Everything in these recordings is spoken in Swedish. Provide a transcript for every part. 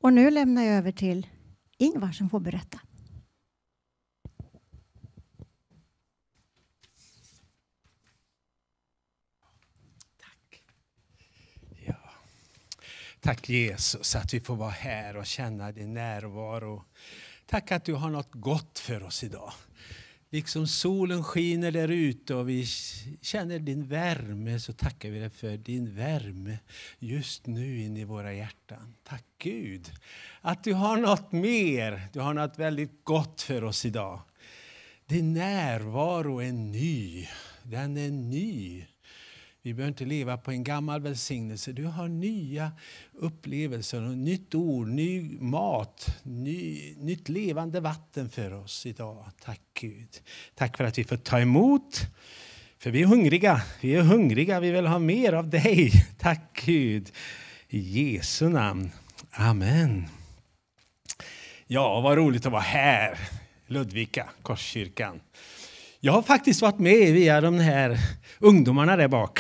Och nu lämnar jag över till Ingvar som får berätta. Tack Jesus att vi får vara här och känna din närvaro. Tack att du har något gott för oss idag. Liksom solen skiner där ute och vi känner din värme, så tackar vi dig för din värme just nu in i våra hjärtan. Tack Gud att du har något mer. Du har något väldigt gott för oss idag. Din närvaro är ny. Den är ny. Vi behöver inte leva på en gammal välsignelse. Du har nya upplevelser, nytt ord, ny mat, nytt levande vatten för oss idag. Tack Gud. Tack för att vi får ta emot. För vi är hungriga. Vi vill ha mer av dig. Tack Gud. I Jesu namn. Amen. Ja, vad roligt att vara här. Ludvika, Korskyrkan. Jag har faktiskt varit med via de här ungdomarna där bak.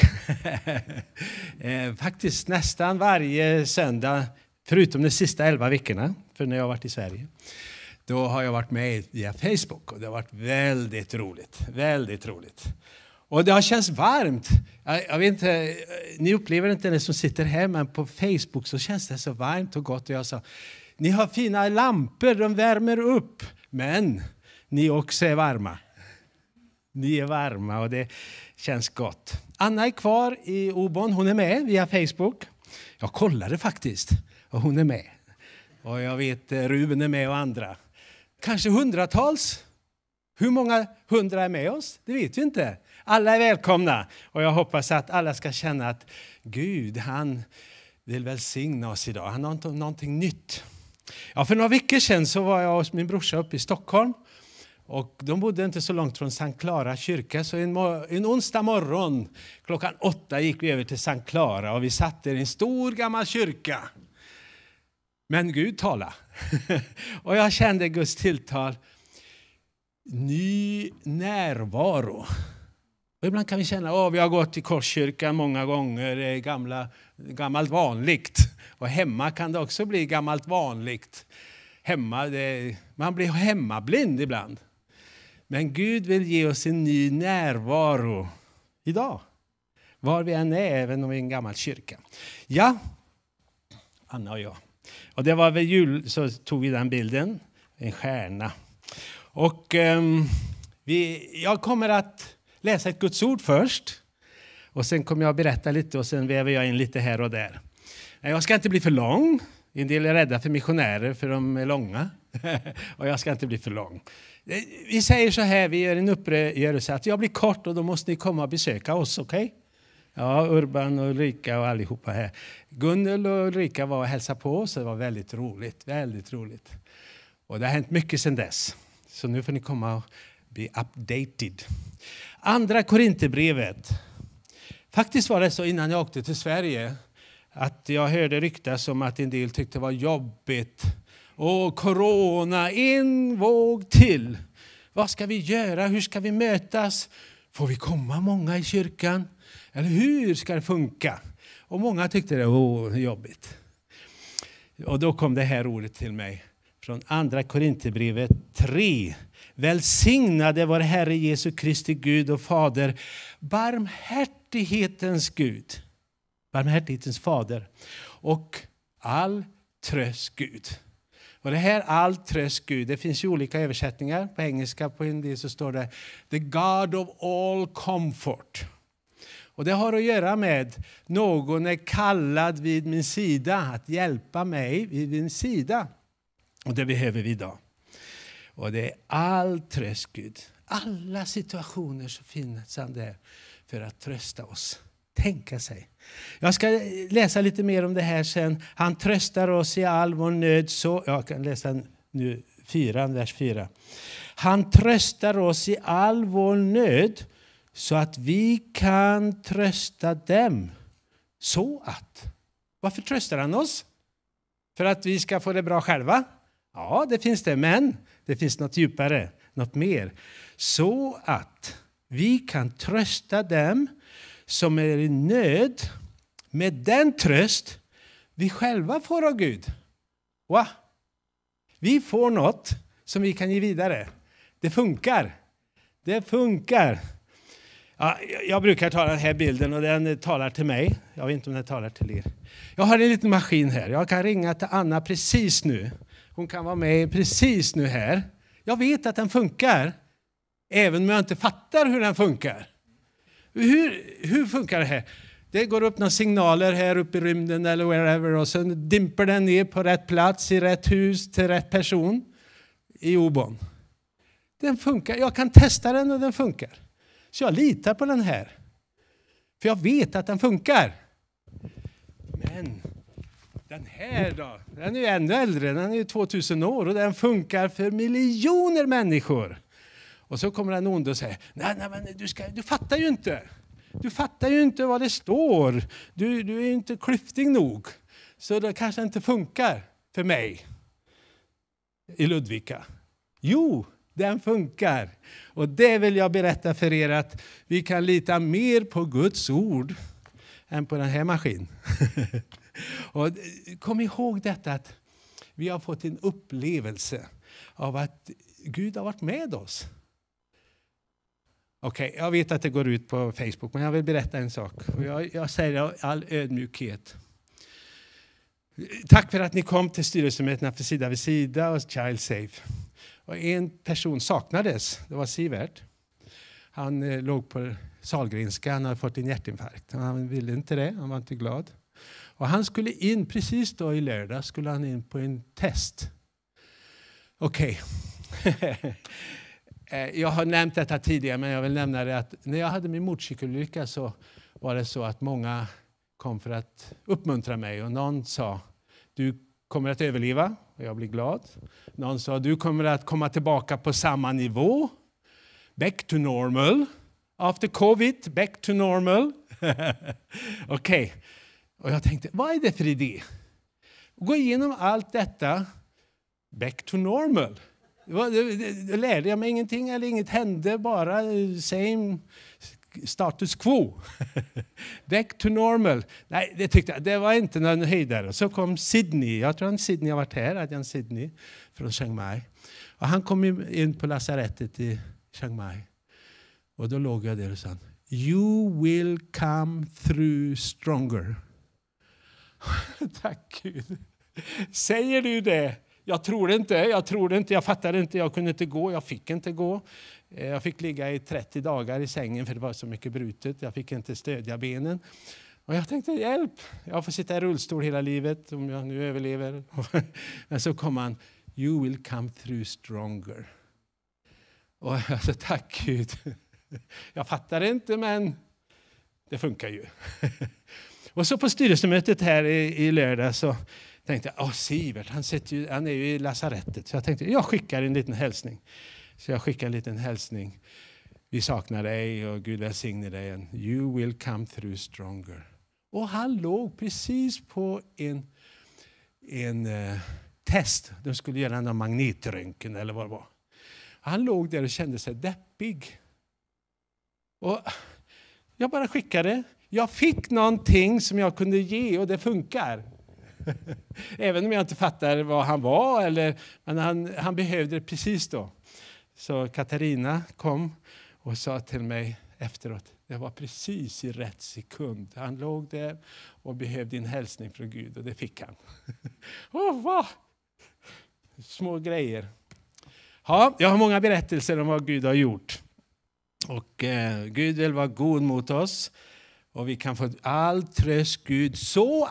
Faktiskt nästan varje söndag, förutom de sista 11 veckorna, för när jag har varit i Sverige. Då har jag varit med via Facebook och det har varit väldigt roligt. Väldigt roligt. Och det har känts varmt. Jag vet inte, ni upplever inte det som sitter här, men på Facebook så känns det så varmt och gott. Och jag sa, ni har fina lampor, de värmer upp, men ni också är varma. Ni är varma och det känns gott. Anna är kvar i Obon. Hon är med via Facebook. Jag kollade faktiskt och hon är med. Och jag vet Ruben är med och andra. Kanske hundratals. Hur många 100 är med oss? Det vet vi inte. Alla är välkomna. Och jag hoppas att alla ska känna att Gud, han vill välsigna oss idag. Han har någonting nytt. Ja, för några veckor sedan så var jag hos min brorsa uppe i Stockholm. Och de bodde inte så långt från Sankt Clara kyrka, så en onsdag morgon klockan 8 gick vi över till Sankt Clara och vi satt i en stor gammal kyrka. Men Gud talade. Och jag kände Guds tilltal. Ny närvaro. Och ibland kan vi känna, vi har gått i Korskyrkan många gånger, det är gammalt vanligt. Och hemma kan det också bli gammalt vanligt. Man blir hemmablind ibland. Men Gud vill ge oss en ny närvaro idag. Var vi än är, även om vi är en gammal kyrka. Ja, Anna och jag. Och det var vid jul så tog vi den bilden. En stjärna. Och jag kommer att läsa ett Guds ord först. Och sen kommer jag att berätta lite och sen väver jag in lite här och där. Jag ska inte bli för lång. En del är rädda för missionärer för de är långa. Och jag ska inte bli för lång. Vi säger så här, vi gör en uppgörelse att jag blir kort och då måste ni komma och besöka oss, okej? Okay? Ja, Urban och Ulrika och allihopa här. Gunnel och Ulrika var och hälsade på oss, det var väldigt roligt, väldigt roligt. Och det har hänt mycket sedan dess. Så nu får ni komma och bli updated. Andra Korinthierbrevet. Faktiskt var det så innan jag åkte till Sverige att jag hörde ryktas om att en del tyckte det var jobbigt. Och corona, en våg till. Vad ska vi göra? Hur ska vi mötas? Får vi komma många i kyrkan? Eller hur ska det funka? Och många tyckte det var jobbigt. Och då kom det här ordet till mig. Från andra Korinthierbrevet 3. Välsignade vår Herre Jesu Kristi Gud och Fader. Barmhärtighetens Gud. Barmhärtighetens Fader. Och all tröst Gud. Och det här all tröst Gud, det finns ju olika översättningar. På engelska på en del så står det The God of all comfort. Och det har att göra med någon är kallad vid min sida. Att hjälpa mig vid min sida. Och det behöver vi idag. Och det är all tröst Gud. Alla situationer så finns han där för att trösta oss. Tänka sig. Jag ska läsa lite mer om det här sen. Han tröstar oss i all vår nöd. Så, jag kan läsa nu vers 4. Han tröstar oss i all vår nöd så att vi kan trösta dem. Så att. Varför tröstar han oss? För att vi ska få det bra själva? Ja, det finns det. Men det finns något djupare, något mer. Så att vi kan trösta dem som är i nöd med den tröst vi själva får av Gud. Va? Vi får något som vi kan ge vidare. Det funkar. Det funkar. Ja, jag brukar ta den här bilden och den talar till mig. Jag vet inte om den talar till er. Jag har en liten maskin här. Jag kan ringa till Anna precis nu. Hon kan vara med precis nu här. Jag vet att den funkar. Även om jag inte fattar hur den funkar. Hur funkar det här? Det går upp några signaler här uppe i rymden eller wherever. Och sen dimper den ner på rätt plats, i rätt hus, till rätt person. I Obon. Den funkar. Jag kan testa den och den funkar. Så jag litar på den här. För jag vet att den funkar. Men den här då? Den är ju ännu äldre. Den är ju 2000 år och den funkar för miljoner människor. Och så kommer den ond och säger, nej men du fattar ju inte. Du fattar ju inte vad det står. Du är ju inte klyftig nog. Så det kanske inte funkar för mig i Ludvika. Jo, den funkar. Och det vill jag berätta för er att vi kan lita mer på Guds ord än på den här maskinen. Och kom ihåg detta att vi har fått en upplevelse av att Gud har varit med oss. Okej, jag vet att det går ut på Facebook, men jag vill berätta en sak. Och jag säger det i all ödmjukhet. Tack för att ni kom till styrelsemötena för Sida vid Sida och Child Safe. Och en person saknades, det var Sivert. Han låg på Sahlgrenska, han hade fått en hjärtinfarkt. Han ville inte det, han var inte glad. Och han skulle in, precis då i lördag, skulle han in på en test. Okej. Jag har nämnt detta tidigare, men jag vill nämna det att när jag hade min motorcykelolycka så var det så att många kom för att uppmuntra mig. Och någon sa, du kommer att överleva och jag blir glad. Någon sa, du kommer att komma tillbaka på samma nivå. Back to normal. After covid, back to normal. Okej. Och jag tänkte, vad är det för idé? Gå igenom allt detta. Back to normal. Det lärde jag mig ingenting eller inget hände. Bara same status quo. Back to normal. Nej, det tyckte jag. Det var inte någon höjdare. Så kom Sydney. Jag tror att Sydney har varit här. Adrian Sydney från Chiang Mai. Och han kom in på lasarettet i Chiang Mai. Och då låg jag där och sa, you will come through stronger. Tack Gud. Säger du det? Jag tror inte, jag fattar inte, jag kunde inte gå, jag fick inte gå. Jag fick ligga i 30 dagar i sängen för det var så mycket brutet. Jag fick inte stödja benen. Och jag tänkte, hjälp, jag får sitta i rullstol hela livet om jag nu överlever. Men så kom han, you will come through stronger. Och jag sa, tack Gud. Jag fattar inte, men det funkar ju. Och så på styrelsemötet här i lördag så tänkte jag, Sivert, han är ju i lasarettet. Så jag tänkte, jag skickar en liten hälsning. Så jag skickar en liten hälsning. Vi saknar dig och Gud välsigne dig. And you will come through stronger. Och han låg precis på en test. De skulle göra en magnetröntgen eller vad det var. Han låg där och kände sig deppig. Och jag bara skickade. Jag fick någonting som jag kunde ge och det funkar. Även om jag inte fattar vad han var. Men han behövde det precis då. Så Katarina kom och sa till mig efteråt. Det var precis i rätt sekund. Han låg där och behövde en hälsning från Gud. Och det fick han. Vad? Små grejer. Ja, jag har många berättelser om vad Gud har gjort. Och Gud vill vara god mot oss. Och vi kan få all tröst Gud så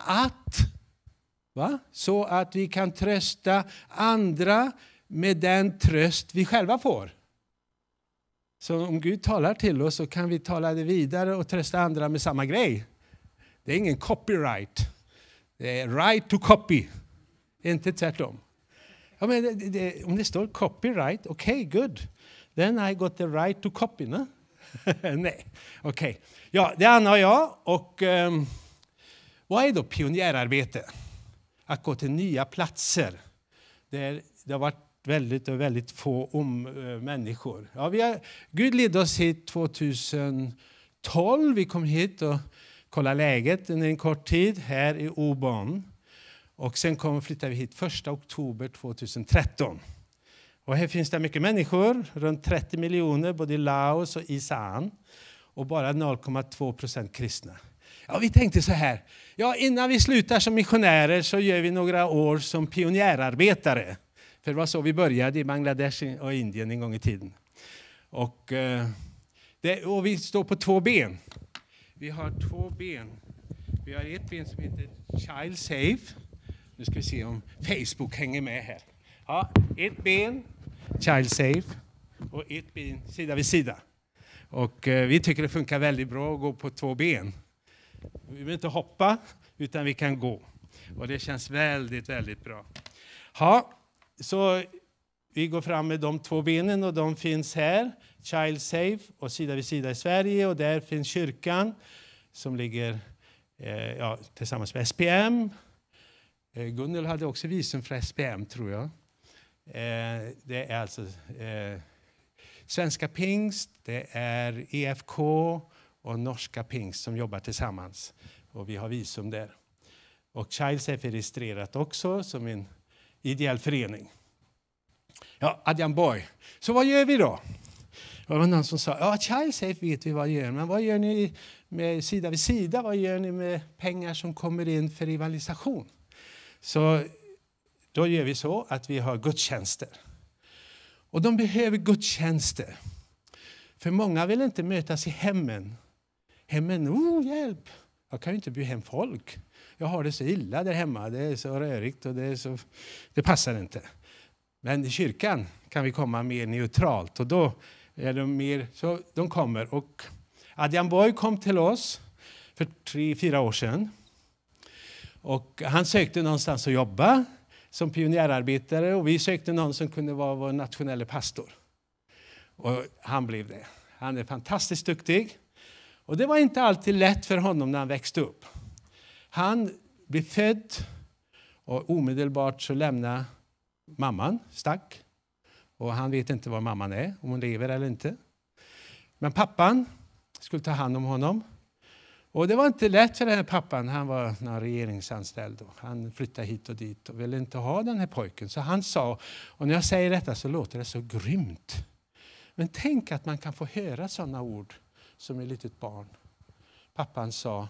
att vi kan trösta andra med den tröst vi själva får. Så om Gud talar till oss så kan vi tala det vidare och trösta andra med samma grej. Det är ingen copyright. Det är right to copy. Inte tvärtom. Ja, men om det står copyright, okej, good. Then I got the right to copy, no? Nej, okej. Ja, det är Anna och jag. Och vad är då pionjärarbete? Att gå till nya platser. Det har varit väldigt få människor. Ja, Gud ledde oss hit 2012. Vi kom hit och kollade läget under en kort tid här i Obon. Och sen flyttar vi hit 1 oktober 2013. Och här finns det mycket människor, runt 30 miljoner, både i Laos och i Saan. Och bara 0,2% kristna. Ja, vi tänkte så här, ja, innan vi slutar som missionärer så gör vi några år som pionjärarbetare. För det var så vi började i Bangladesh och Indien en gång i tiden. Och vi står på 2 ben. Vi har 2 ben. Vi har ett ben som heter Child Safe. Nu ska vi se om Facebook hänger med här. Ja, ett ben, Child Safe, och ett ben sida vid sida. Och vi tycker det funkar väldigt bra att gå på 2 ben. Vi vill inte hoppa, utan vi kan gå. Och det känns väldigt, väldigt bra. Ja, så vi går fram med de 2 benen och de finns här. Child Safe och sida vid sida i Sverige. Och där finns kyrkan som ligger tillsammans med SPM. Gunnel hade också visum för SPM, tror jag. Det är alltså Svenska Pingst, det är EFK och Norska Pingst som jobbar tillsammans. Och vi har visum där. Och Child Safe är registrerat också som en ideell förening. Ja, Adjan Boy. Så vad gör vi då? Det var någon som sa, ja, Child Safe vet vi vad gör, men vad gör ni med sida vid sida? Vad gör ni med pengar som kommer in för evangelisation? Så då gör vi så att vi har gudstjänster. Och de behöver gudstjänster. För många vill inte mötas i hemmen. Hemmen, hjälp! Jag kan ju inte bjuda hem folk. Jag har det så illa där hemma. Det är så rörigt och det passar inte. Men i kyrkan kan vi komma mer neutralt. Och då är de mer, så de kommer. Och Adjan Boy kom till oss för 3-4 år sedan. Och han sökte någonstans att jobba som pionjärarbetare. Och vi sökte någon som kunde vara vår nationella pastor. Och han blev det. Han är fantastiskt duktig. Och det var inte alltid lätt för honom när han växte upp. Han blev född och omedelbart så lämnade mamman, stack. Och han vet inte var mamman är, om hon lever eller inte. Men pappan skulle ta hand om honom. Och det var inte lätt för den här pappan. Han var någon regeringsanställd. Han flyttade hit och dit och ville inte ha den här pojken. Så han sa, och när jag säger detta så låter det så grymt. Men tänk att man kan få höra sådana ord som ett litet barn. Pappan sa,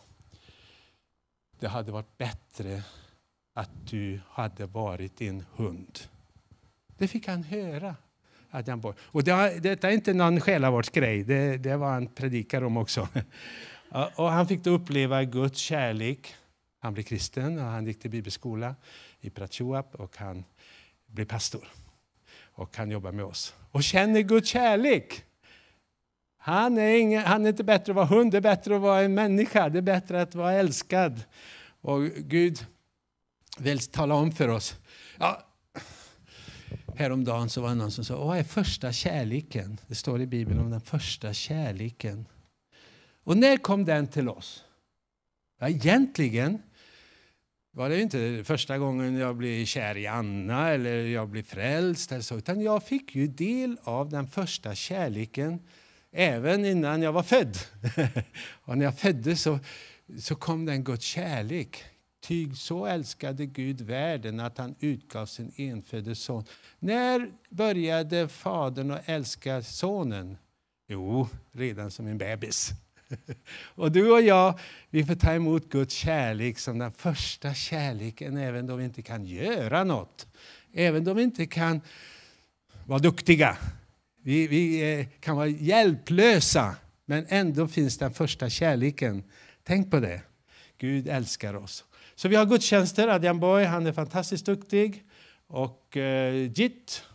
det hade varit bättre att du hade varit en hund. Det fick han höra. Och detta är inte någon själavårdsgrej. Det var han predikar om också. Och han fick då uppleva Guds kärlek. Han blev kristen och han gick till bibelskola i Prachuap och han blev pastor. Och han jobbar med oss. Och känner Guds kärlek. Han är inte bättre att vara hund, det är bättre att vara en människa. Det är bättre att vara älskad. Och Gud vill tala om för oss. Ja, häromdagen så var det någon som sa, vad är första kärleken? Det står i Bibeln om den första kärleken. Och när kom den till oss? Ja, egentligen var det inte första gången jag blev kär i Anna eller jag blev frälst eller så, utan jag fick ju del av den första kärleken även innan jag var född. Och när jag föddes så kom den Guds kärlek. Ty så älskade Gud världen att han utgav sin enfödde son. När började fadern att älska sonen? Jo, redan som en bebis. Och du och jag, vi får ta emot Guds kärlek som den första kärleken, även då vi inte kan göra något. Även då vi inte kan vara duktiga. Vi kan vara hjälplösa, men ändå finns den första kärleken. Tänk på det. Gud älskar oss. Så vi har gudstjänster. Adjan Boy, han är fantastiskt duktig. Och Jit,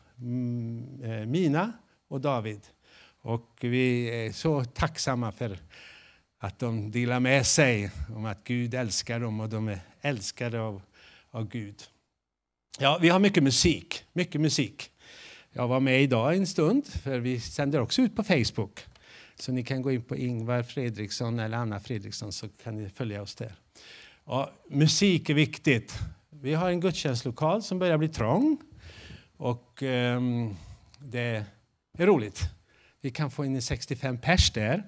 Mina och David. Och vi är så tacksamma för att de delar med sig om att Gud älskar dem och de är älskade av Gud. Ja, vi har mycket musik. Mycket musik. Jag var med idag en stund, för vi sänder också ut på Facebook. Så ni kan gå in på Ingvar Fredriksson eller Anna Fredriksson så kan ni följa oss där. Ja, musik är viktigt. Vi har en gudstjänstlokal som börjar bli trång. Och det är roligt. Vi kan få in 65 pers där.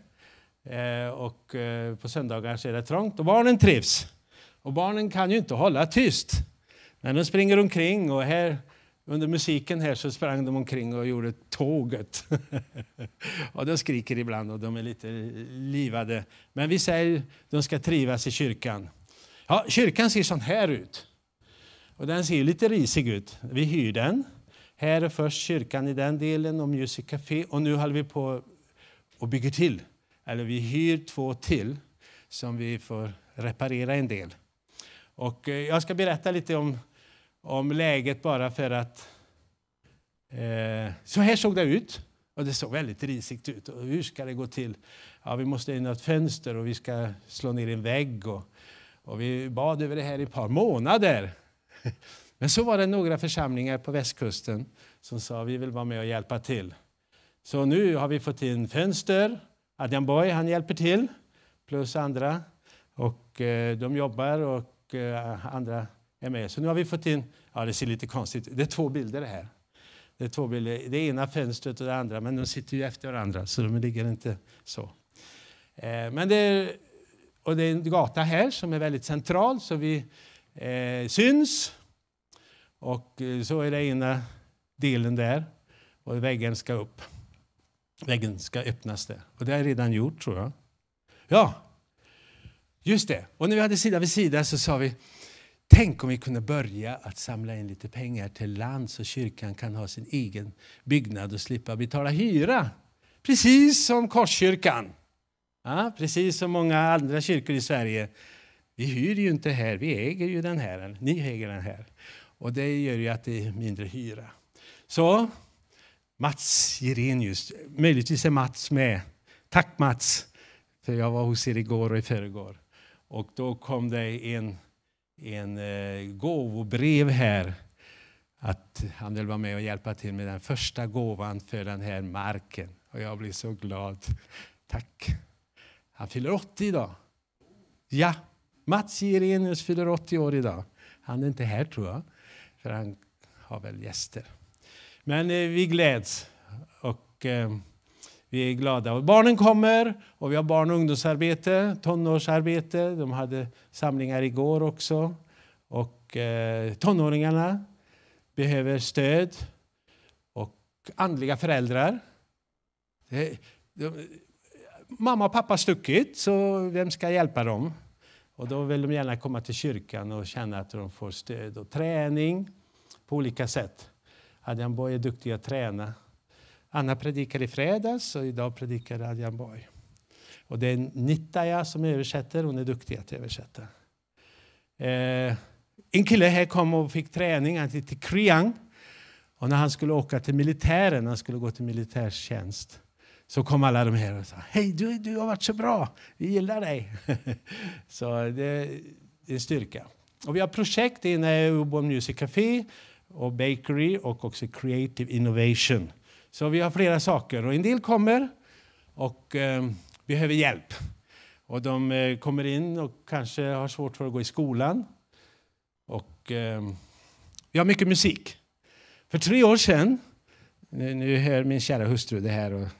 Och på söndagar så är det trångt. Och barnen trivs. Och barnen kan ju inte hålla tyst. Men de springer omkring och här under musiken här så sprang de omkring och gjorde tåget. Och de skriker ibland och de är lite livade. Men vi säger att de ska trivas i kyrkan. Ja, kyrkan ser sån här ut. Och den ser lite risig ut. Vi hyr den. Här är först kyrkan i den delen och Music Café. Och nu håller vi på och bygger till. Eller vi hyr 2 till som vi får reparera en del. Och jag ska berätta lite om läget bara för att så här såg det ut. Och det såg väldigt risigt ut. Och hur ska det gå till? Ja, vi måste in ett fönster och vi ska slå ner en vägg. Och vi bad över det här i ett par månader. Men så var det några församlingar på västkusten som sa vi vill vara med och hjälpa till. Så nu har vi fått in fönster. Adrian Boy, han hjälper till. Plus andra. Och de jobbar och andra är med. Så nu har vi fått in, ja det ser lite konstigt ut. Det är 2 bilder här. Det är 2 bilder. Det ena fönstret och det andra. Men de sitter ju efter varandra så de ligger inte så. Men det är en gata här som är väldigt central. Så vi syns. Och så är det ena delen där. Och väggen ska upp. Väggen ska öppnas där. Och det är redan gjort tror jag. Ja, just det. Och när vi hade sida vid sida så sa vi tänk om vi kunde börja att samla in lite pengar till land så kyrkan kan ha sin egen byggnad och slippa betala hyra. Precis som Korskyrkan. Ja, precis som många andra kyrkor i Sverige. Vi hyr ju inte här, vi äger ju den här. Ni äger den här. Och det gör ju att det är mindre hyra. Så Mats Jirenius, möjligtvis är Mats med. Tack Mats, för jag var hos er igår och i förrgår. Och då kom det en gåvobrev här att han vill vara med och hjälpa till med den första gåvan för den här marken. Och jag blir så glad. Tack. Han fyller 80 idag. Ja, Mats Jirenius fyller 80 år idag. Han är inte här tror jag, för han har väl gäster. Men vi gläds och vi är glada. Och barnen kommer och vi har barn- och ungdomsarbete, tonårsarbete. De hade samlingar igår också. Och tonåringarna behöver stöd. Och andliga föräldrar. Mamma och pappa har stuckit, så vem ska hjälpa dem? Och då vill de gärna komma till kyrkan och känna att de får stöd och träning på olika sätt. Adrian Boy är duktig att träna. Anna predikar i fredags och idag predikar Adrian Boy. Och det är Nittaja som översätter. Hon är duktig att översätta. En kille här kom och fick träning. Han hette Kriang. Och när han skulle åka till militären, han skulle gå till militärtjänst, så kom alla de här och sa hej, du har varit så bra. Vi gillar dig. Så det är en styrka. Och vi har projekt inne i Ubon Music Café och Bakery och också Creative Innovation. Så vi har flera saker och en del kommer och behöver hjälp. Och de kommer in och kanske har svårt för att gå i skolan. Och vi har mycket musik. För 3 år sedan, nu hör min kära hustru det här. Och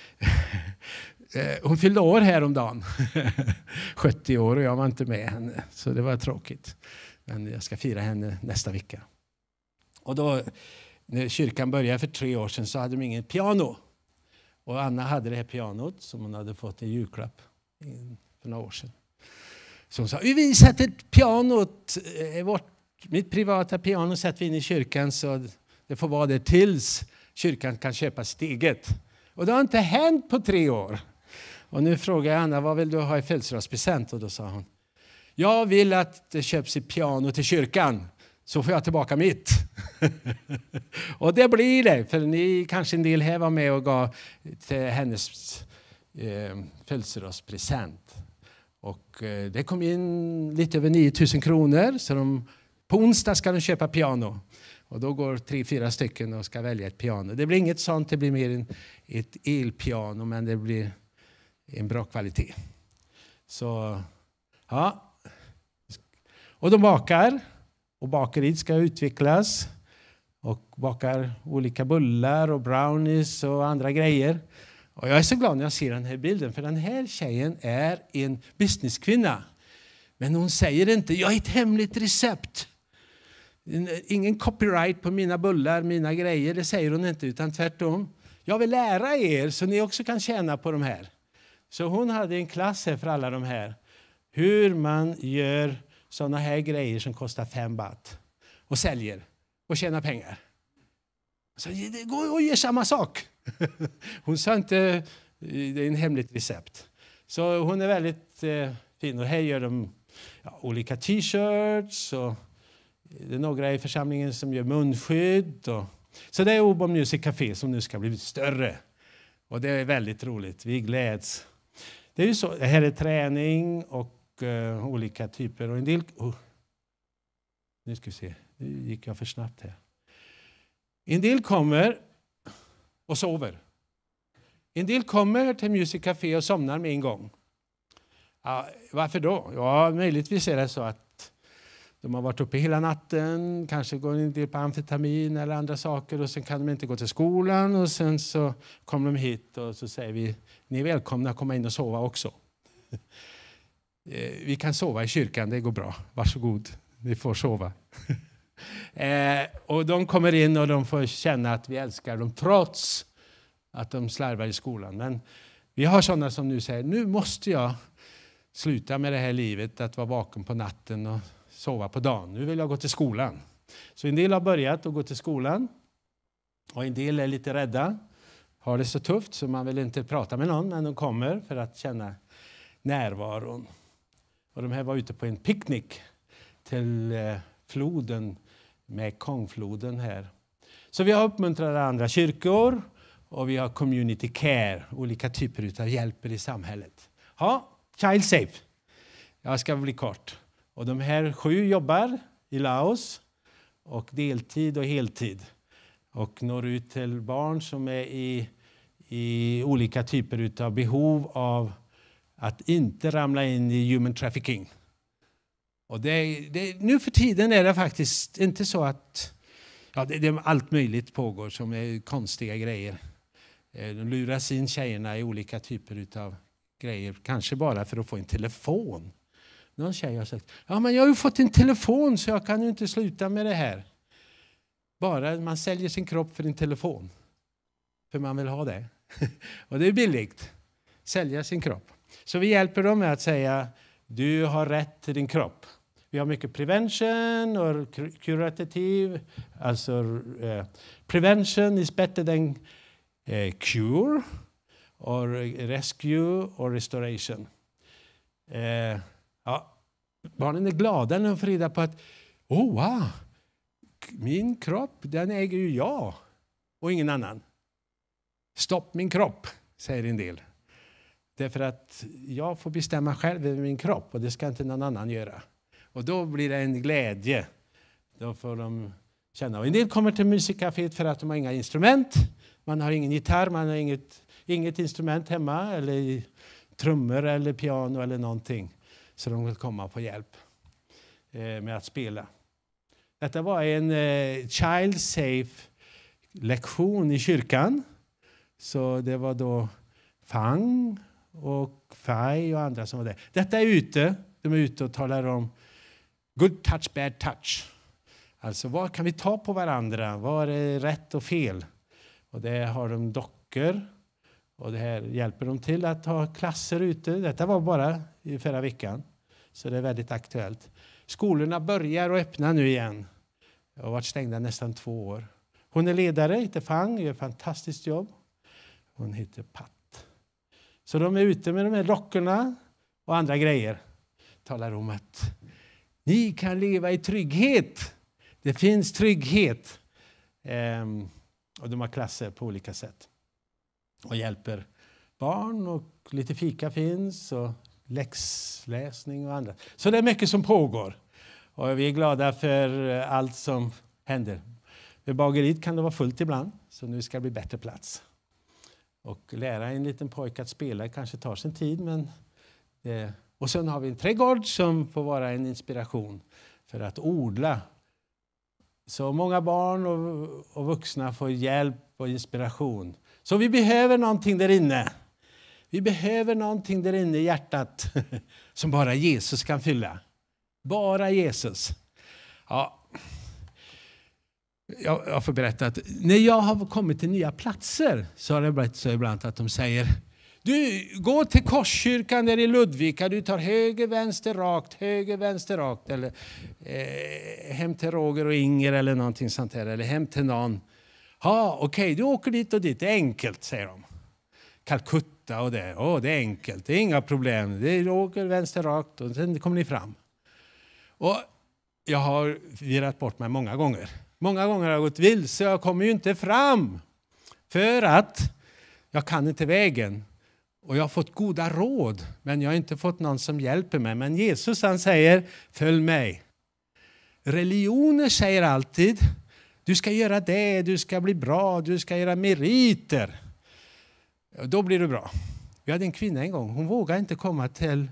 hon fyllde år häromdagen. 70 år och jag var inte med henne. Så det var tråkigt. Men jag ska fira henne nästa vecka. Och då, när kyrkan började för 3 år sedan så hade de ingen piano. Och Anna hade det här pianot som hon hade fått i julklapp för några år sedan. Så hon sa, vi sätter pianot, mitt privata piano sätter vi in i kyrkan så det får vara där tills kyrkan kan köpa sitt eget. Och det har inte hänt på 3 år. Och nu frågar jag Anna, vad vill du ha i födelsedagspresent? Och då sa hon, jag vill att det köps ett piano till kyrkan. Så får jag tillbaka mitt. Och det blir det. För ni kanske en del här var med och gav till hennes födelsedagspresent. Och det kom in lite över 9 000 kronor. Så på onsdag ska de köpa piano. Och då går 3-4 stycken och ska välja ett piano. Det blir inget sånt, det blir mer än ett elpiano. Men det blir en bra kvalitet. Så, ja. Och de bakar. Och bakeriet ska utvecklas. Och bakar olika bullar och brownies och andra grejer. Och jag är så glad när jag ser den här bilden. För den här tjejen är en businesskvinna. Men hon säger inte, jag har ett hemligt recept. Ingen copyright på mina bullar, mina grejer, det säger hon inte, utan tvärtom. Jag vill lära er så ni också kan tjäna på de här. Så hon hade en klass här för alla de här. Hur man gör sådana här grejer som kostar 5 baht. Och säljer och tjänar pengar. Så det går och gör samma sak. Hon sa inte, det är en hemligt recept. Så hon är väldigt fin. Och här gör de olika t-shirts. Och det är några i församlingen som gör munskydd. Så det är Obo Music Café som nu ska bli större. Och det är väldigt roligt. Vi gläds. Det är ju så. Det här är träning och olika typer. Och en del... nu ska vi se. Nu gick jag för snabbt här. En del kommer och sover. En del kommer till Music Café och somnar med en gång. Ja, varför då? Ja, möjligtvis är det så att de har varit uppe hela natten, kanske går en del på amfetamin eller andra saker och sen kan de inte gå till skolan och sen så kommer de hit och så säger vi, ni är välkomna att komma in och sova också. Vi kan sova i kyrkan, det går bra. Varsågod, ni får sova. Och de kommer in och de får känna att vi älskar dem trots att de slarvar i skolan. Men vi har sådana som nu säger, nu måste jag sluta med det här livet att vara vaken på natten och sova på dagen. Nu vill jag gå till skolan. Så en del har börjat att gå till skolan och en del är lite rädda. Har det så tufft så man vill inte prata med någon, men de kommer för att känna närvaron. Och de här var ute på en picknick till floden, Mekongfloden här. Så vi har uppmuntrat andra kyrkor och vi har community care, olika typer av hjälper i samhället. Ja, Child Safe. Jag ska bli kort. Och de här 7 jobbar i Laos och deltid och heltid. Och når ut till barn som är i olika typer av behov av att inte ramla in i human trafficking. Och nu för tiden är det faktiskt inte så att det allt möjligt pågår som är konstiga grejer. De luras in tjejerna i olika typer av grejer. Kanske bara för att få en telefon. Någon tjej har sagt, men jag har ju fått en telefon så jag kan ju inte sluta med det här. Bara man säljer sin kropp för en telefon. För man vill ha det. Och det är billigt. Sälja sin kropp. Så vi hjälper dem med att säga, du har rätt till din kropp. Vi har mycket prevention och kurativ. Alltså prevention is better than cure. Och rescue och restoration. Barnen är glada när de får reda på att wow, min kropp, den äger ju jag och ingen annan. Stopp min kropp, säger en del. Därför att jag får bestämma själv över min kropp och det ska inte någon annan göra. Och då blir det en glädje. Då får de känna. Och en del kommer till musikcaféet för att de har inga instrument. Man har ingen gitarr, man har inget instrument hemma. Eller trummor eller piano eller någonting. Så de vill komma och få hjälp med att spela. Detta var en Child Safe lektion i kyrkan. Så det var då Fang och Fai och andra som var där. Detta är ute. De är ute och talar om good touch, bad touch. Alltså vad kan vi ta på varandra? Vad är rätt och fel? Och där har de dockor. Och det här hjälper de till att ha klasser ute. Detta var bara i förra veckan. Så det är väldigt aktuellt. Skolorna börjar att öppna nu igen. Jag har varit stängda nästan 2 år. Hon är ledare, heter Fang, gör ett fantastiskt jobb. Hon heter Pat. Så de är ute med de här dockorna och andra grejer. Talar om att ni kan leva i trygghet. Det finns trygghet. Och de har klasser på olika sätt. Och hjälper barn och lite fika finns och läxläsning och andra. Så det är mycket som pågår. Och vi är glada för allt som händer. Vid bageriet kan det vara fullt ibland. Så nu ska det bli bättre plats. Och lära en liten pojke att spela kanske tar sin tid. Men och sen har vi en trädgård som får vara en inspiration för att odla. Så många barn och vuxna får hjälp och inspiration. Så vi behöver någonting där inne. Vi behöver någonting där inne i hjärtat som bara Jesus kan fylla. Bara Jesus. Ja, Jag får berätta att när jag har kommit till nya platser så har det blivit så ibland att de säger: du, gå till Korskyrkan där i Ludvika, du tar höger, vänster, rakt. Eller hem till Roger och Inger eller någonting sånt här. Eller hem till någon. Ja, okej, du åker dit och dit. Det är enkelt, säger de. Calcutta och det. Det är enkelt, det är inga problem. Det är Roger, vänster, rakt och sen kommer ni fram. Och jag har virat bort mig många gånger. Många gånger har jag gått vilse och jag kommer ju inte fram. För att jag kan inte vägen. Och jag har fått goda råd, men jag har inte fått någon som hjälper mig. Men Jesus, han säger: följ mig. Religioner säger alltid: du ska göra det, du ska bli bra, du ska göra meriter. Då blir du bra. Vi hade en kvinna en gång, hon vågade inte komma till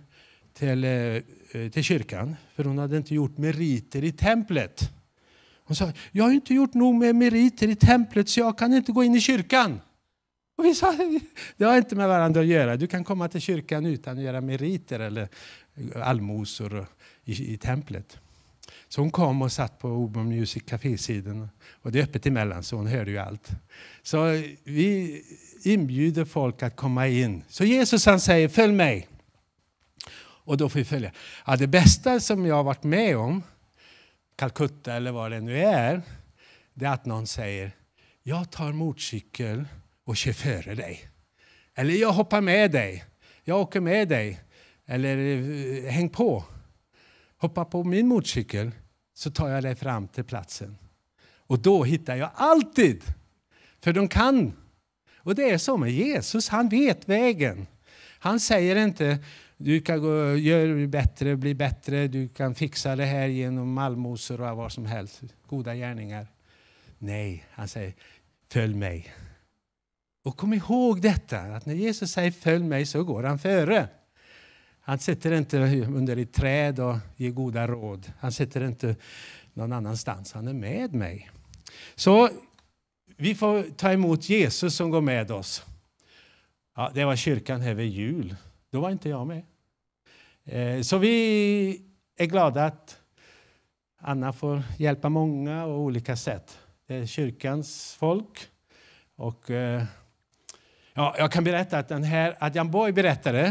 kyrkan. För hon hade inte gjort meriter i templet. Hon sa: jag har inte gjort nog med meriter i templet så jag kan inte gå in i kyrkan. Och vi sa: det har inte med varandra att göra. Du kan komma till kyrkan utan att göra meriter eller allmosor i templet. Så hon kom och satt på Obo Music Café-sidan. Och det är öppet emellan så hon hörde ju allt. Så vi inbjuder folk att komma in. Så Jesus, han säger: följ mig. Och då får vi följa. Ja, det bästa som jag har varit med om, Calcutta eller vad det nu är, det är att någon säger: jag tar motorcykel och kör före dig. Eller jag hoppar med dig. Jag åker med dig. Eller häng på. Hoppa på min motorcykel så tar jag dig fram till platsen. Och då hittar jag alltid. För de kan. Och det är så med Jesus. Han vet vägen. Han säger inte: du kan gå, gör bättre, bli bättre. Du kan fixa det här genom allmosor och vad som helst. Goda gärningar. Nej, han säger: följ mig. Och kom ihåg detta, att när Jesus säger följ mig så går han före. Han sitter inte under ett träd och ger goda råd. Han sitter inte någon annanstans. Han är med mig. Så vi får ta emot Jesus som går med oss. Ja, det var kyrkan här vid jul. Då var inte jag med. Så vi är glada att Anna får hjälpa många och olika sätt. Det är kyrkans folk. Och ja, jag kan berätta att den här Adrian Boy berättade.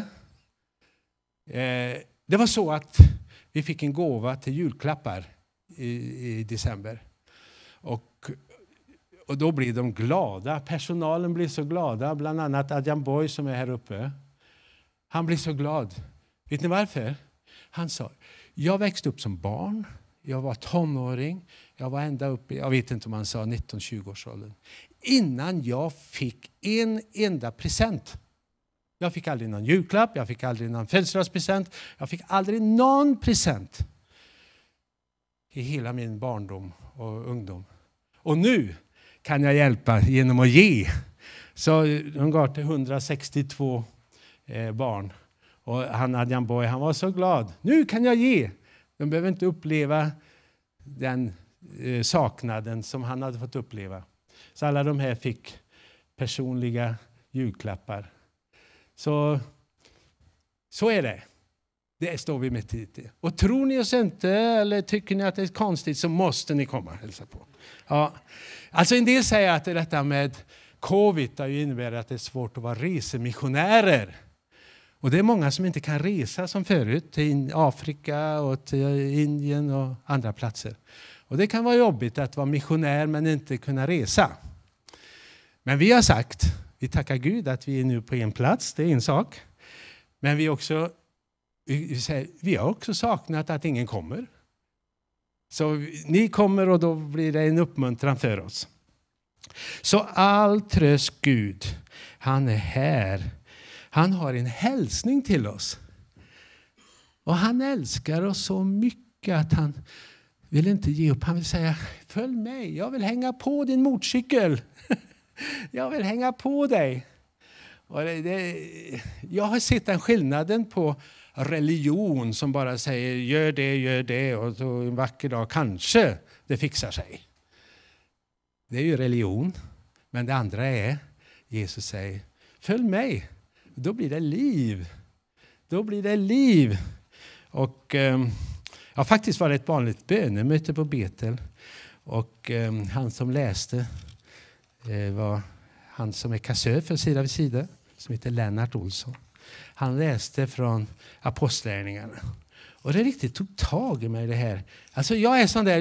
Det var så att vi fick en gåva till julklappar i december. Och då blir de glada. Personalen blir så glada. Bland annat Adrian Boy som är här uppe. Han blir så glad. Vet ni varför? Han sa: jag växte upp som barn. Jag var tonåring. Jag var ända uppe, jag vet inte om han sa 19-20 års åldern. Innan jag fick en enda present. Jag fick aldrig någon julklapp. Jag fick aldrig någon födelsedagspresent. Jag fick aldrig någon present. I hela min barndom och ungdom. Och nu kan jag hjälpa genom att ge. Så de gav till 162 barn. Och han Adrian Boy, han var så glad. Nu kan jag ge. De behöver inte uppleva den saknaden som han hade fått uppleva. Så alla de här fick personliga julklappar. Så är det. Det står vi mitt i. Och tror ni oss inte eller tycker ni att det är konstigt så måste ni komma och hälsa på. Ja. Alltså en del säger att detta med covid innebär att det är svårt att vara resemissionärer. Och det är många som inte kan resa som förut till Afrika och till Indien och andra platser. Och det kan vara jobbigt att vara missionär men inte kunna resa. Men vi har sagt, vi tackar Gud att vi är nu på en plats, det är en sak. Men vi har också saknat att ingen kommer. Så ni kommer och då blir det en uppmuntran för oss. Så all tröst Gud, han är här. Han har en hälsning till oss. Och han älskar oss så mycket att han vill inte ge upp. Han vill säga, följ mig, jag vill hänga på din motorcykel. Jag vill hänga på dig. Och jag har sett den skillnaden på religion som bara säger gör det och så en vacker dag kanske det fixar sig. Det är ju religion. Men det andra är, Jesus säger, följ mig. Då blir det liv. Då blir det liv. Och jag har faktiskt varit ett vanligt bönemöte på Betel. Och han som läste var han som är kassör för Sida vid sida, som heter Lennart Olsson. Han läste från Apostlagärningarna. Och det riktigt tog tag i mig det här. Alltså jag är sån där,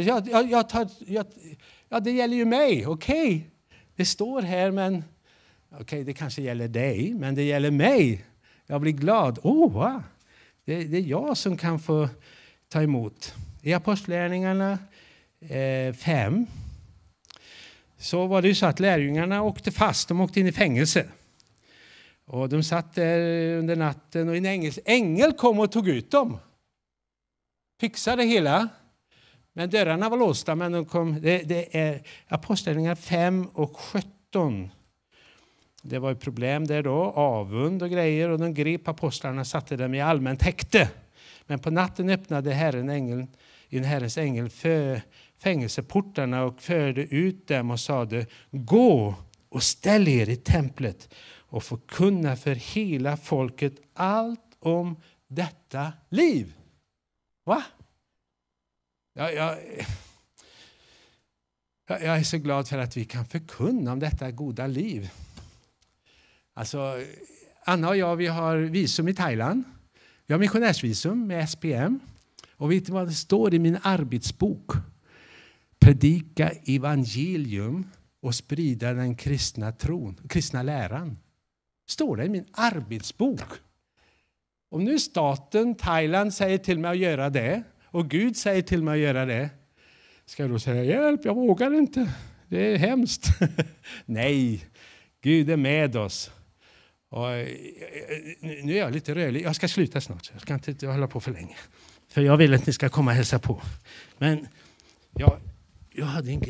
det gäller ju mig, okej. Det står här, men okej, det kanske gäller dig, men det gäller mig. Jag blir glad. Wow. Det är jag som kan få ta emot. I Apostlagärningarna 5 så var det ju så att lärjungarna åkte fast. De åkte in i fängelse. Och de satt där under natten och en ängel kom och tog ut dem. Fixade det hela. Men dörrarna var låsta. Men de kom, det är Apostlagärningarna 5 och 17. Det var ett problem där då. Avund och grejer. Och de grep apostlarna och satte dem i allmänt häkte. Men på natten öppnade Herrens ängel för fängelseportarna och förde ut dem och sade: gå och ställ er i templet och förkunna för hela folket allt om detta liv. Va? Jag är så glad för att vi kan förkunna om detta goda liv. Alltså, Anna och jag, vi har visum i Thailand. Vi har missionärsvisum med SPM. Och vet du vad det står i min arbetsbok? Predika evangelium och sprida den kristna läran. Står det i min arbetsbok. Om nu staten, Thailand, säger till mig att göra det, och Gud säger till mig att göra det, ska jag då säga: hjälp, jag vågar inte. Det är hemskt. Nej, Gud är med oss. Och nu är jag lite rörlig. Jag ska sluta snart. Jag ska inte hålla på för länge. För jag vill att ni ska komma och hälsa på. Men jag hade en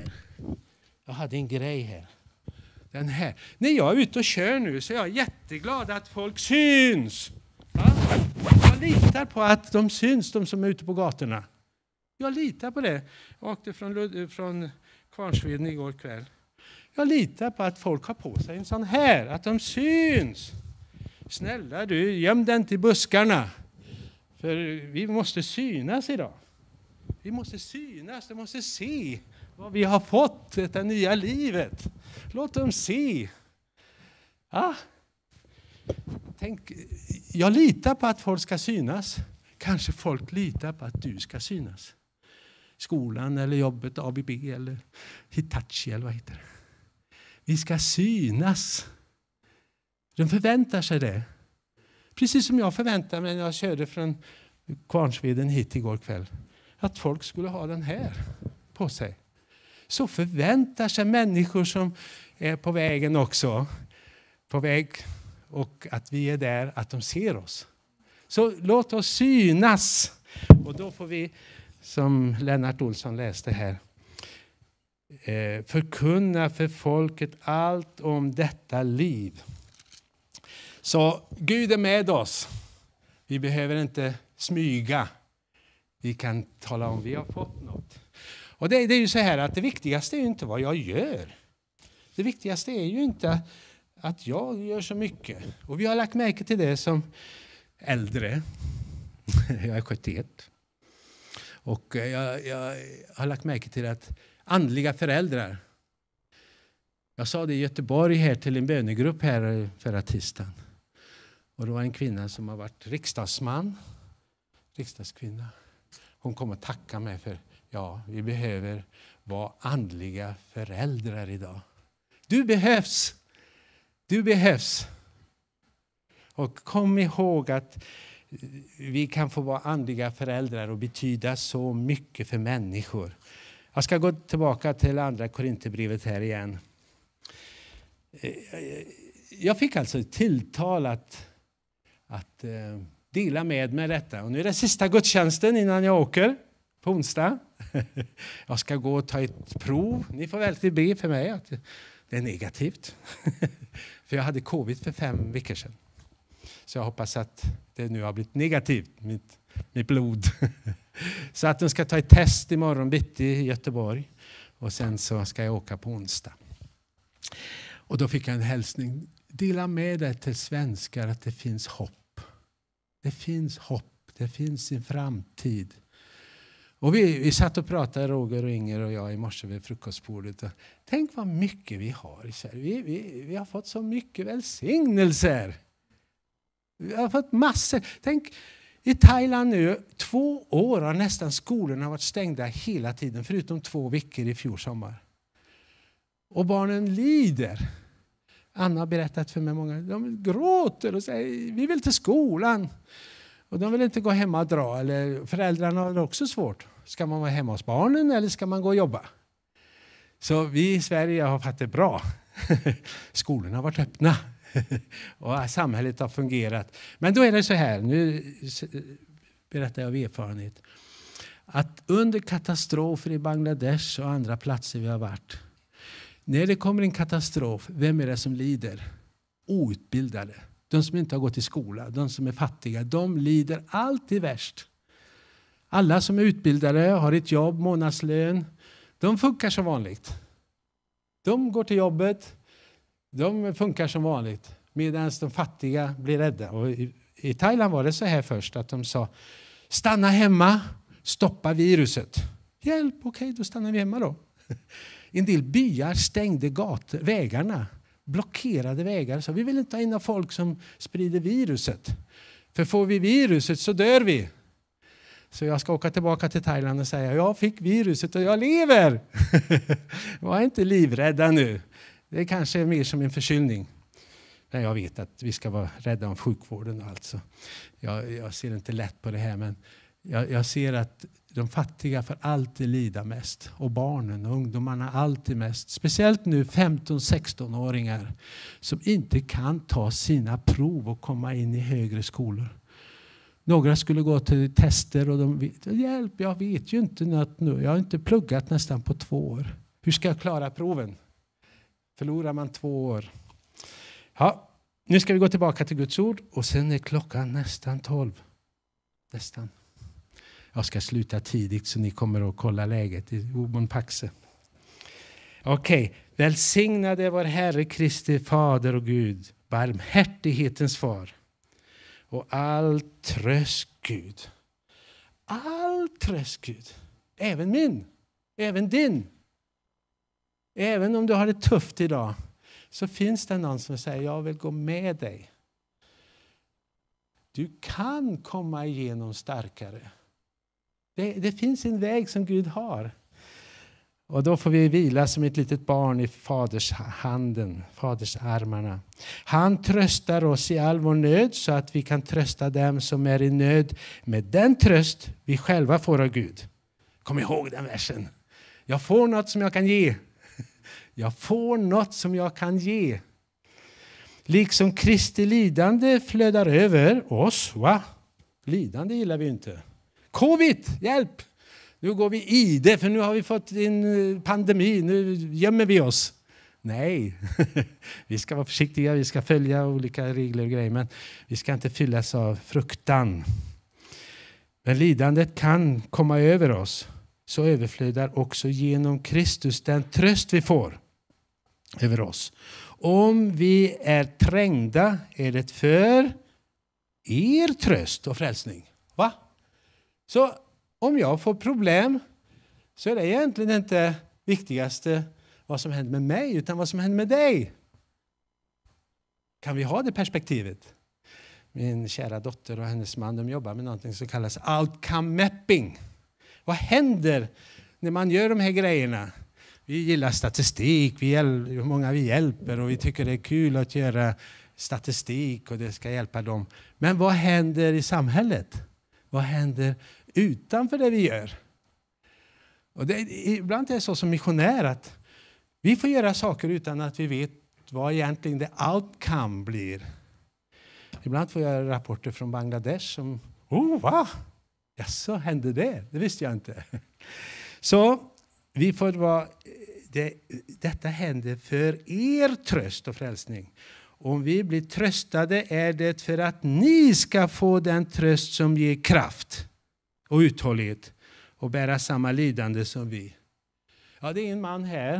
grej här. Den här. När jag är ute och kör nu så är jag jätteglad att folk syns. Ja? Jag litar på att de syns, de som är ute på gatorna. Jag litar på det. Jag åkte från Kvarnsveden igår kväll. Jag litar på att folk har på sig en sån här, att de syns. Snälla du, göm den till buskarna. För vi måste synas idag. Vi måste synas, de måste se vad vi har fått, detta nya livet. Låt dem se. Ja. Jag litar på att folk ska synas. Kanske folk litar på att du ska synas. Skolan eller jobbet, ABB eller Hitachi eller vad heter det. Vi ska synas. De förväntar sig det. Precis som jag förväntade mig när jag körde från Kvarnsveden hit igår kväll. Att folk skulle ha den här på sig. Så förväntar sig människor som är på vägen också. På väg, och att vi är där, att de ser oss. Så låt oss synas. Och då får vi, som Lennart Olsson läste här, förkunna för folket allt om detta liv. Så Gud är med oss. Vi behöver inte smyga. Vi kan tala om vi har fått något. Och det är ju så här att det viktigaste är ju inte vad jag gör. Det viktigaste är ju inte att jag gör så mycket. Och vi har lagt märke till det som äldre. Jag är 71. Och jag har lagt märke till att andliga föräldrar. Jag sa det i Göteborg här till en bönegrupp här förra tisdagen. Och det var en kvinna som har varit riksdagskvinna. Hon kom att tacka mig för, vi behöver vara andliga föräldrar idag. Du behövs. Och kom ihåg att vi kan få vara andliga föräldrar och betyda så mycket för människor. Jag ska gå tillbaka till andra Korinthierbrevet här igen. Jag fick alltså tilltal att dela med mig detta. Och nu är det sista gudstjänsten innan jag åker på onsdag. Jag ska gå och ta ett prov. Ni får väl be för mig att det är negativt. För jag hade covid för 5 veckor sedan. Så jag hoppas att det nu har blivit negativt, mitt blod. Så att de ska ta ett test imorgon bitti i Göteborg. Och sen så ska jag åka på onsdag. Och då fick jag en hälsning. Dela med dig till svenskar att det finns hopp. Det finns hopp. Det finns en framtid. Och vi satt och pratade, Roger och Inger och jag, i morse vid frukostbordet. Tänk vad mycket vi har i Sverige. Vi har fått så mycket välsignelser. Vi har fått massor. Tänk, i Thailand nu, 2 år har nästan skolorna varit stängda hela tiden, förutom 2 veckor i fjol sommar. Och barnen lider. Anna har berättat för mig många, de gråter och säger, vi vill till skolan. Och de vill inte gå hemma och dra, eller föräldrarna har det också svårt. Ska man vara hemma hos barnen eller ska man gå och jobba? Så vi i Sverige har fått det bra. Skolorna har varit öppna. Och samhället har fungerat. Men då är det så här, nu berättar jag av erfarenhet. Att under katastrofer i Bangladesh och andra platser vi har varit. När det kommer en katastrof, vem är det som lider? Outbildade. De som inte har gått i skola, de som är fattiga, de lider alltid värst. Alla som är utbildade, har ett jobb, månadslön, de funkar som vanligt. De går till jobbet, de funkar som vanligt. Medan de fattiga blir rädda. Och i Thailand var det så här först att de sa, stanna hemma, stoppa viruset. Hjälp, okej, då stannar vi hemma då. En del byar stängde vägarna. Blockerade vägar. Så vi vill inte ha in folk som sprider viruset. För får vi viruset så dör vi. Så jag ska åka tillbaka till Thailand och säga, jag fick viruset och jag lever. Var inte livrädda nu. Det är kanske mer som en förkylning. Men jag vet att vi ska vara rädda om sjukvården och allt. Så jag ser inte lätt på det här, men jag ser att de fattiga får alltid lida mest. Och barnen och ungdomarna alltid mest. Speciellt nu 15-16-åringar som inte kan ta sina prov och komma in i högre skolor. Några skulle gå till tester och de vet, hjälp, jag vet ju inte något nu. Jag har inte pluggat nästan på 2 år. Hur ska jag klara proven? Förlorar man 2 år. Ja, nu ska vi gå tillbaka till Guds ord och sen är klockan nästan 12. Nästan. Jag ska sluta tidigt så ni kommer att kolla läget i Obon Paxe. Okej. Välsignade vår Herre Kristi Fader och Gud, barmhärtighetens far. Och all tröst Gud. All tröst Gud. Även min. Även din. Även om du har det tufft idag. Så finns det någon som säger, jag vill gå med dig. Du kan komma igenom starkare. Det finns en väg som Gud har. Och då får vi vila som ett litet barn i faders handen, faders armarna. Han tröstar oss i all vår nöd så att vi kan trösta dem som är i nöd med den tröst vi själva får av Gud. Kom ihåg den versen. Jag får något som jag kan ge. Jag får något som jag kan ge. Liksom Kristi lidande flödar över oss. Va? Lidande gillar vi inte. Covid, hjälp! Nu går vi i det, för nu har vi fått en pandemi. Nu gömmer vi oss. Nej, vi ska vara försiktiga. Vi ska följa olika regler och grejer. Men vi ska inte fyllas av fruktan. Men lidandet kan komma över oss. Så överflödar också genom Kristus den tröst vi får över oss. Om vi är trängda är det för er tröst och frälsning. Va? Så om jag får problem så är det egentligen inte viktigaste vad som händer med mig utan vad som händer med dig. Kan vi ha det perspektivet? Min kära dotter och hennes man, de jobbar med någonting som kallas outcome mapping. Vad händer när man gör de här grejerna? Vi gillar statistik, hur många vi hjälper och vi tycker det är kul att göra statistik och det ska hjälpa dem. Men vad händer i samhället? Vad händer utanför det vi gör? Och ibland är det så som missionär att vi får göra saker utan att vi vet vad egentligen det outcome blir. Ibland får jag rapporter från Bangladesh som, va? Ja, så hände det. Det visste jag inte. Så vi får vara, detta händer för er tröst och frälsning. Om vi blir tröstade är det för att ni ska få den tröst som ger kraft och uthållighet och bära samma lidande som vi. Ja, det är en man här.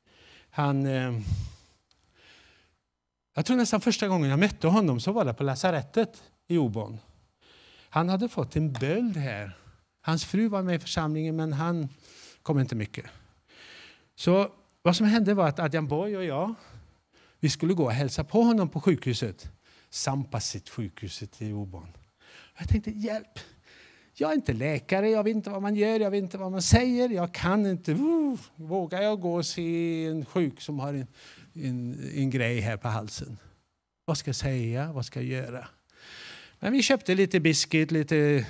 Jag tror nästan första gången jag mötte honom så var det på lasarettet i Obon. Han hade fått en böld här Hans fru var med i församlingen, men han kom inte mycket. Så vad som hände var att Adrian Borg och jag, vi skulle gå och hälsa på honom på sjukhuset. Sampasit sjukhuset i Oban. Jag tänkte, hjälp. Jag är inte läkare, jag vet inte vad man gör, jag vet inte vad man säger. Jag kan inte, vågar jag gå och se en sjuk som har en grej här på halsen? Vad ska jag säga, vad ska jag göra? Men vi köpte lite biscuit, lite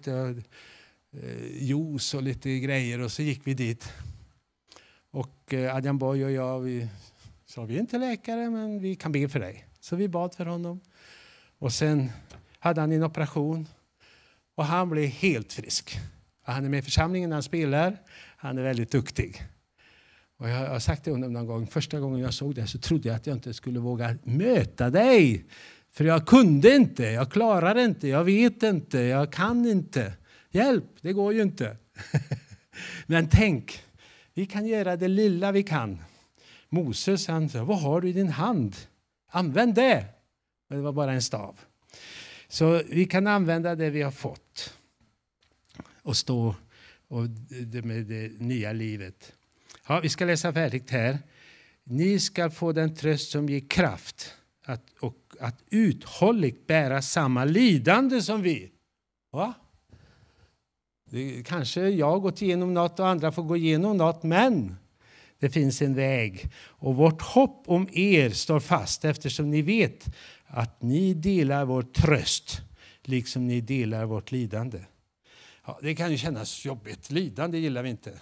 juice och lite grejer och så gick vi dit. Och Adrian Borg och jag, vi sa, vi är inte läkare men vi kan be för dig. Så vi bad för honom. Och sen hade han en operation. Och han blev helt frisk. Han är med i församlingen när han spelar. Han är väldigt duktig. Och jag har sagt till honom någon gång. Första gången jag såg det så trodde jag att jag inte skulle våga möta dig. För jag kunde inte. Jag klarar inte. Jag vet inte. Jag kan inte. Hjälp, det går ju inte. Men tänk. Vi kan göra det lilla vi kan. Moses, han sa, vad har du i din hand? Använd det. Men det var bara en stav. Så vi kan använda det vi har fått. Och stå med det nya livet. Ja, vi ska läsa färdigt här. Ni ska få den tröst som ger kraft. Att uthålligt bära samma lidande som vi. Va? Kanske jag har gått igenom något och andra får gå igenom något. Men det finns en väg. Och vårt hopp om er står fast. Eftersom ni vet att ni delar vår tröst. Liksom ni delar vårt lidande. Ja, det kan ju kännas jobbigt. Lidande gillar vi inte.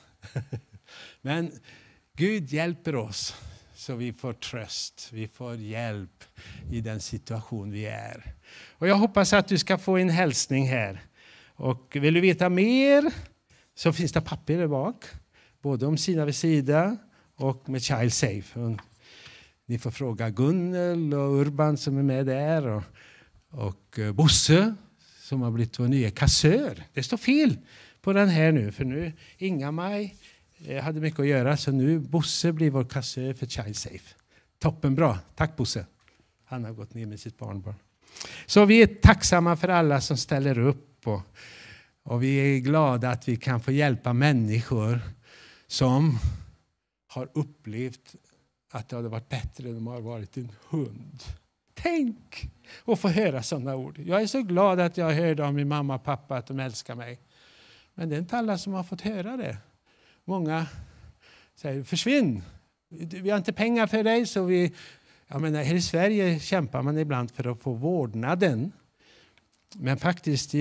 Men Gud hjälper oss. Så vi får tröst. Vi får hjälp i den situation vi är. Och jag hoppas att du ska få en hälsning här. Och vill du veta mer så finns det papper där bak. Både om sida vid sida och med Child Safe. Ni får fråga Gunnel och Urban som är med där. Och Bosse som har blivit vår nya kassör. Det står fel på den här nu. För nu Inga-Maj hade mycket att göra. Så nu Bosse blir vår kassör för Child Safe. Toppenbra. Tack Bosse. Han har gått ner med sitt barnbarn. Så vi är tacksamma för alla som ställer upp. Och vi är glada att vi kan få hjälpa människor som har upplevt att det hade varit bättre än de har varit en hund. Tänk att få höra sådana ord. Jag är så glad att jag hörde av min mamma och pappa att de älskar mig. Men det är inte alla som har fått höra det. Många säger, försvinn. Vi har inte pengar för dig. Så här i Sverige kämpar man ibland för att få vårdnaden. Men faktiskt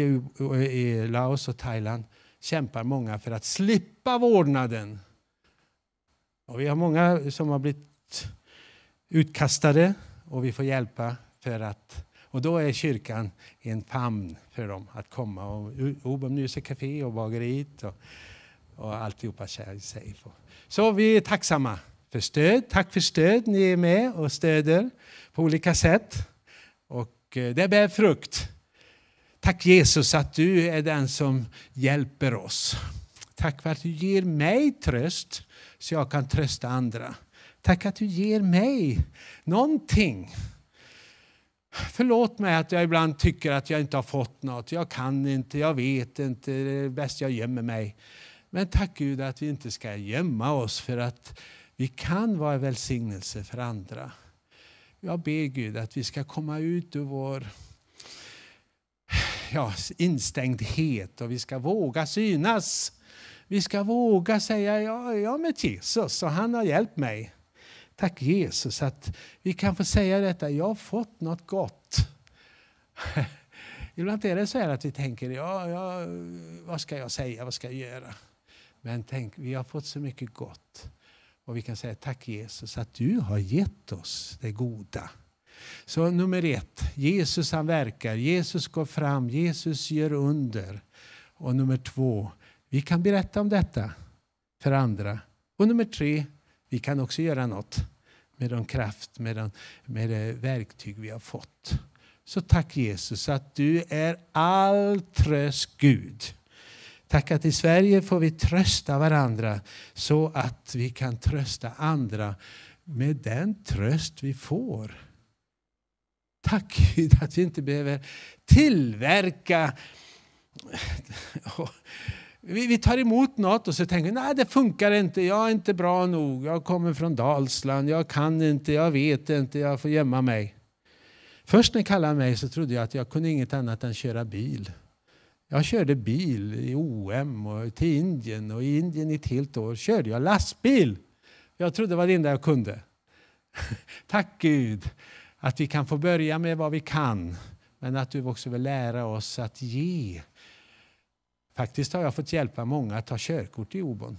i Laos och Thailand kämpar många för att slippa vårdnaden. Och vi har många som har blivit utkastade och vi får hjälpa för att... Och då är kyrkan en famn för dem att komma. Och Oben Music Café och bageriet och alltihopa sig. Så vi är tacksamma för stöd. Tack för stöd. Ni är med och stöder på olika sätt. Och det bär frukt. Tack Jesus att du är den som hjälper oss. Tack för att du ger mig tröst så jag kan trösta andra. Tack att du ger mig någonting. Förlåt mig att jag ibland tycker att jag inte har fått något. Jag kan inte, jag vet inte, det är bäst jag gömmer mig. Men tack Gud att vi inte ska gömma oss för att vi kan vara en välsignelse för andra. Jag ber Gud att vi ska komma ut ur vår instängdhet och vi ska våga synas. Vi ska våga säga jag har mött Jesus och han har hjälpt mig. Tack Jesus att vi kan få säga detta. Jag har fått något gott. Ibland är det så här att vi tänker vad ska jag säga, vad ska jag göra? Men tänk, vi har fått så mycket gott. Och vi kan säga tack Jesus att du har gett oss det goda. Så nummer 1, Jesus han verkar, Jesus går fram, Jesus gör under. Och nummer 2, vi kan berätta om detta för andra. Och nummer 3, vi kan också göra något med de kraft, med det verktyg vi har fått. Så tack Jesus att du är all tröst Gud. Tack att i Sverige får vi trösta varandra så att vi kan trösta andra med den tröst vi får. Tack Gud att vi inte behöver tillverka Vi tar emot något och så tänker vi, nej det funkar inte, jag är inte bra nog, jag kommer från Dalsland, jag kan inte, jag vet inte, jag får gömma mig. Först när jag kallade mig så trodde jag att jag kunde inget annat än köra bil. Jag körde bil i OM och till Indien, och i Indien i ett helt år körde jag lastbil. Jag trodde det var det enda jag kunde. Tack Gud att vi kan få börja med vad vi kan, men att du också vill lära oss att ge. Faktiskt har jag fått hjälpa många att ta körkort i Obon.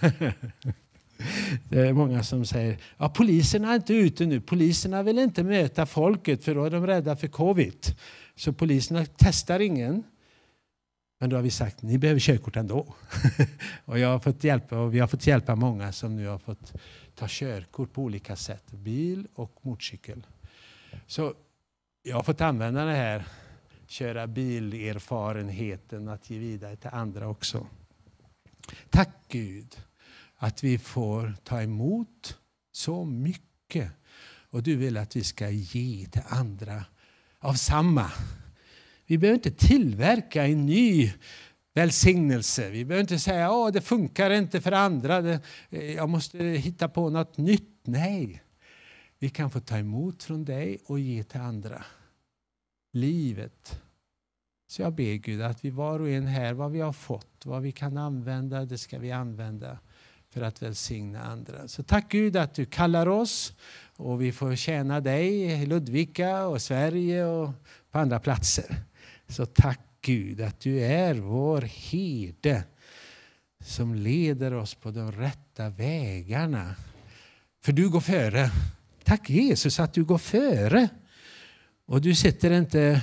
Det är många som säger, ja, poliserna är inte ute nu. Poliserna vill inte möta folket för då är de rädda för covid. Så poliserna testar ingen. Men då har vi sagt, ni behöver körkort ändå. Och jag har fått hjälpa, och vi har fått hjälpa många som nu har fått ta körkort på olika sätt. Bil och motorcykel. Så jag har fått använda det här, köra bilerfarenheten, att ge vidare till andra också. Tack Gud att vi får ta emot så mycket. Och du vill att vi ska ge till andra av samma. Vi behöver inte tillverka en ny välsignelse. Vi behöver inte säga att det funkar inte för andra. Jag måste hitta på något nytt. Nej, vi kan få ta emot från dig och ge till andra. Livet. Så jag ber Gud att vi var och en här, vad vi har fått, vad vi kan använda, det ska vi använda för att välsigna andra. Så tack Gud att du kallar oss och vi får tjäna dig i Ludvika och Sverige och på andra platser. Så tack Gud att du är vår herde som leder oss på de rätta vägarna. För du går före. Tack Jesus att du går före. Och du sitter inte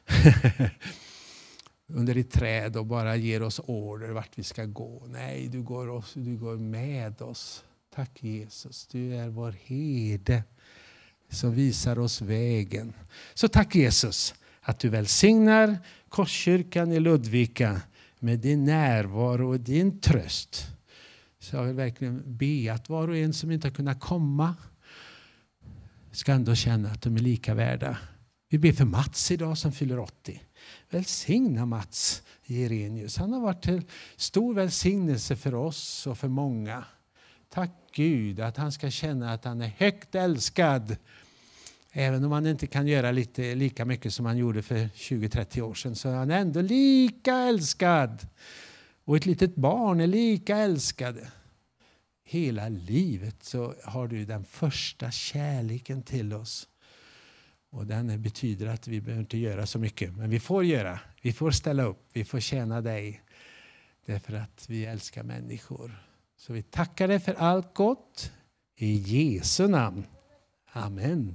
under ett träd och bara ger oss order vart vi ska gå. Nej, du går med oss. Tack Jesus, du är vår herde som visar oss vägen. Så tack Jesus att du välsignar Korskyrkan i Ludvika med din närvaro och din tröst. Så jag vill verkligen be att var och en som inte har kunnat komma ska ändå känna att de är lika värda. Vi ber för Mats idag som fyller 80. Välsigna Mats Jerenius. Han har varit till stor välsignelse för oss och för många. Tack Gud att han ska känna att han är högt älskad. Även om han inte kan göra lika mycket som han gjorde för 20-30 år sedan, så är han ändå lika älskad. Och ett litet barn är lika älskade. Hela livet så har du den första kärleken till oss. Och den betyder att vi behöver inte göra så mycket. Men vi får göra. Vi får ställa upp. Vi får tjäna dig. Därför att vi älskar människor. Så vi tackar dig för allt gott. I Jesu namn. Amen.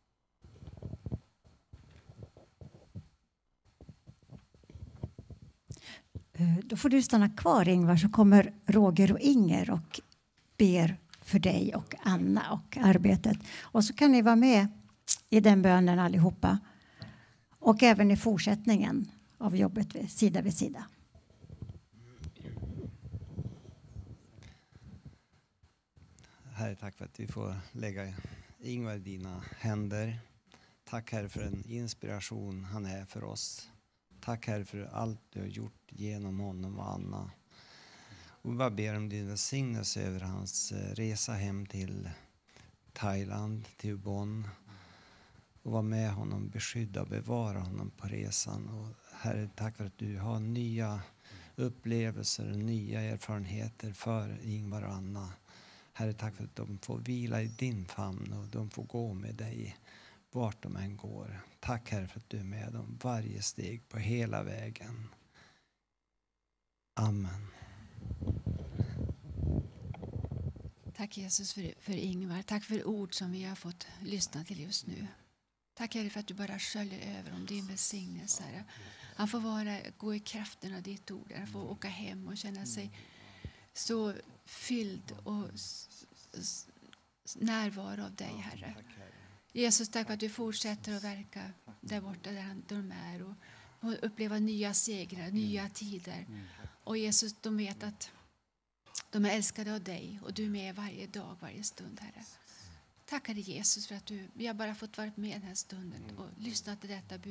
Då får du stanna kvar Ingvar, så kommer Roger och Inger och ber för dig och Anna och arbetet. Och så kan ni vara med i den bönen allihopa. Och även i fortsättningen av jobbet sida vid sida. Herre, tack för att vi får lägga Ingvar i dina händer. Tack Herre för en inspiration han är för oss. Tack Herre för allt du har gjort genom honom och Anna. Och vi bara ber om din välsignelse över hans resa hem till Thailand, till Ubon. Och vara med honom, beskydda och bevara honom på resan. Och Herre, tack för att du har nya upplevelser och nya erfarenheter för Ingvar och Anna. Herre, tack för att de får vila i din famn och de får gå med dig vart de än går. Tack Herre för att du är med dem varje steg på hela vägen. Amen. Tack Jesus för Ingvar. Tack för ord som vi har fått lyssna till just nu. Tack Herre för att du bara sköljer över om din välsignelse. Herre. Han får gå i kraften av ditt ord. Han får åka hem och känna sig så fylld och närvaro av dig Herre. Jesus, tack för att du fortsätter att verka där borta där de är och uppleva nya segrar, nya tider. Och Jesus, de vet att de är älskade av dig och du är med varje dag, varje stund Herre. Tack Herre Jesus för att vi har bara fått vara med den här stunden och lyssna till detta budskap.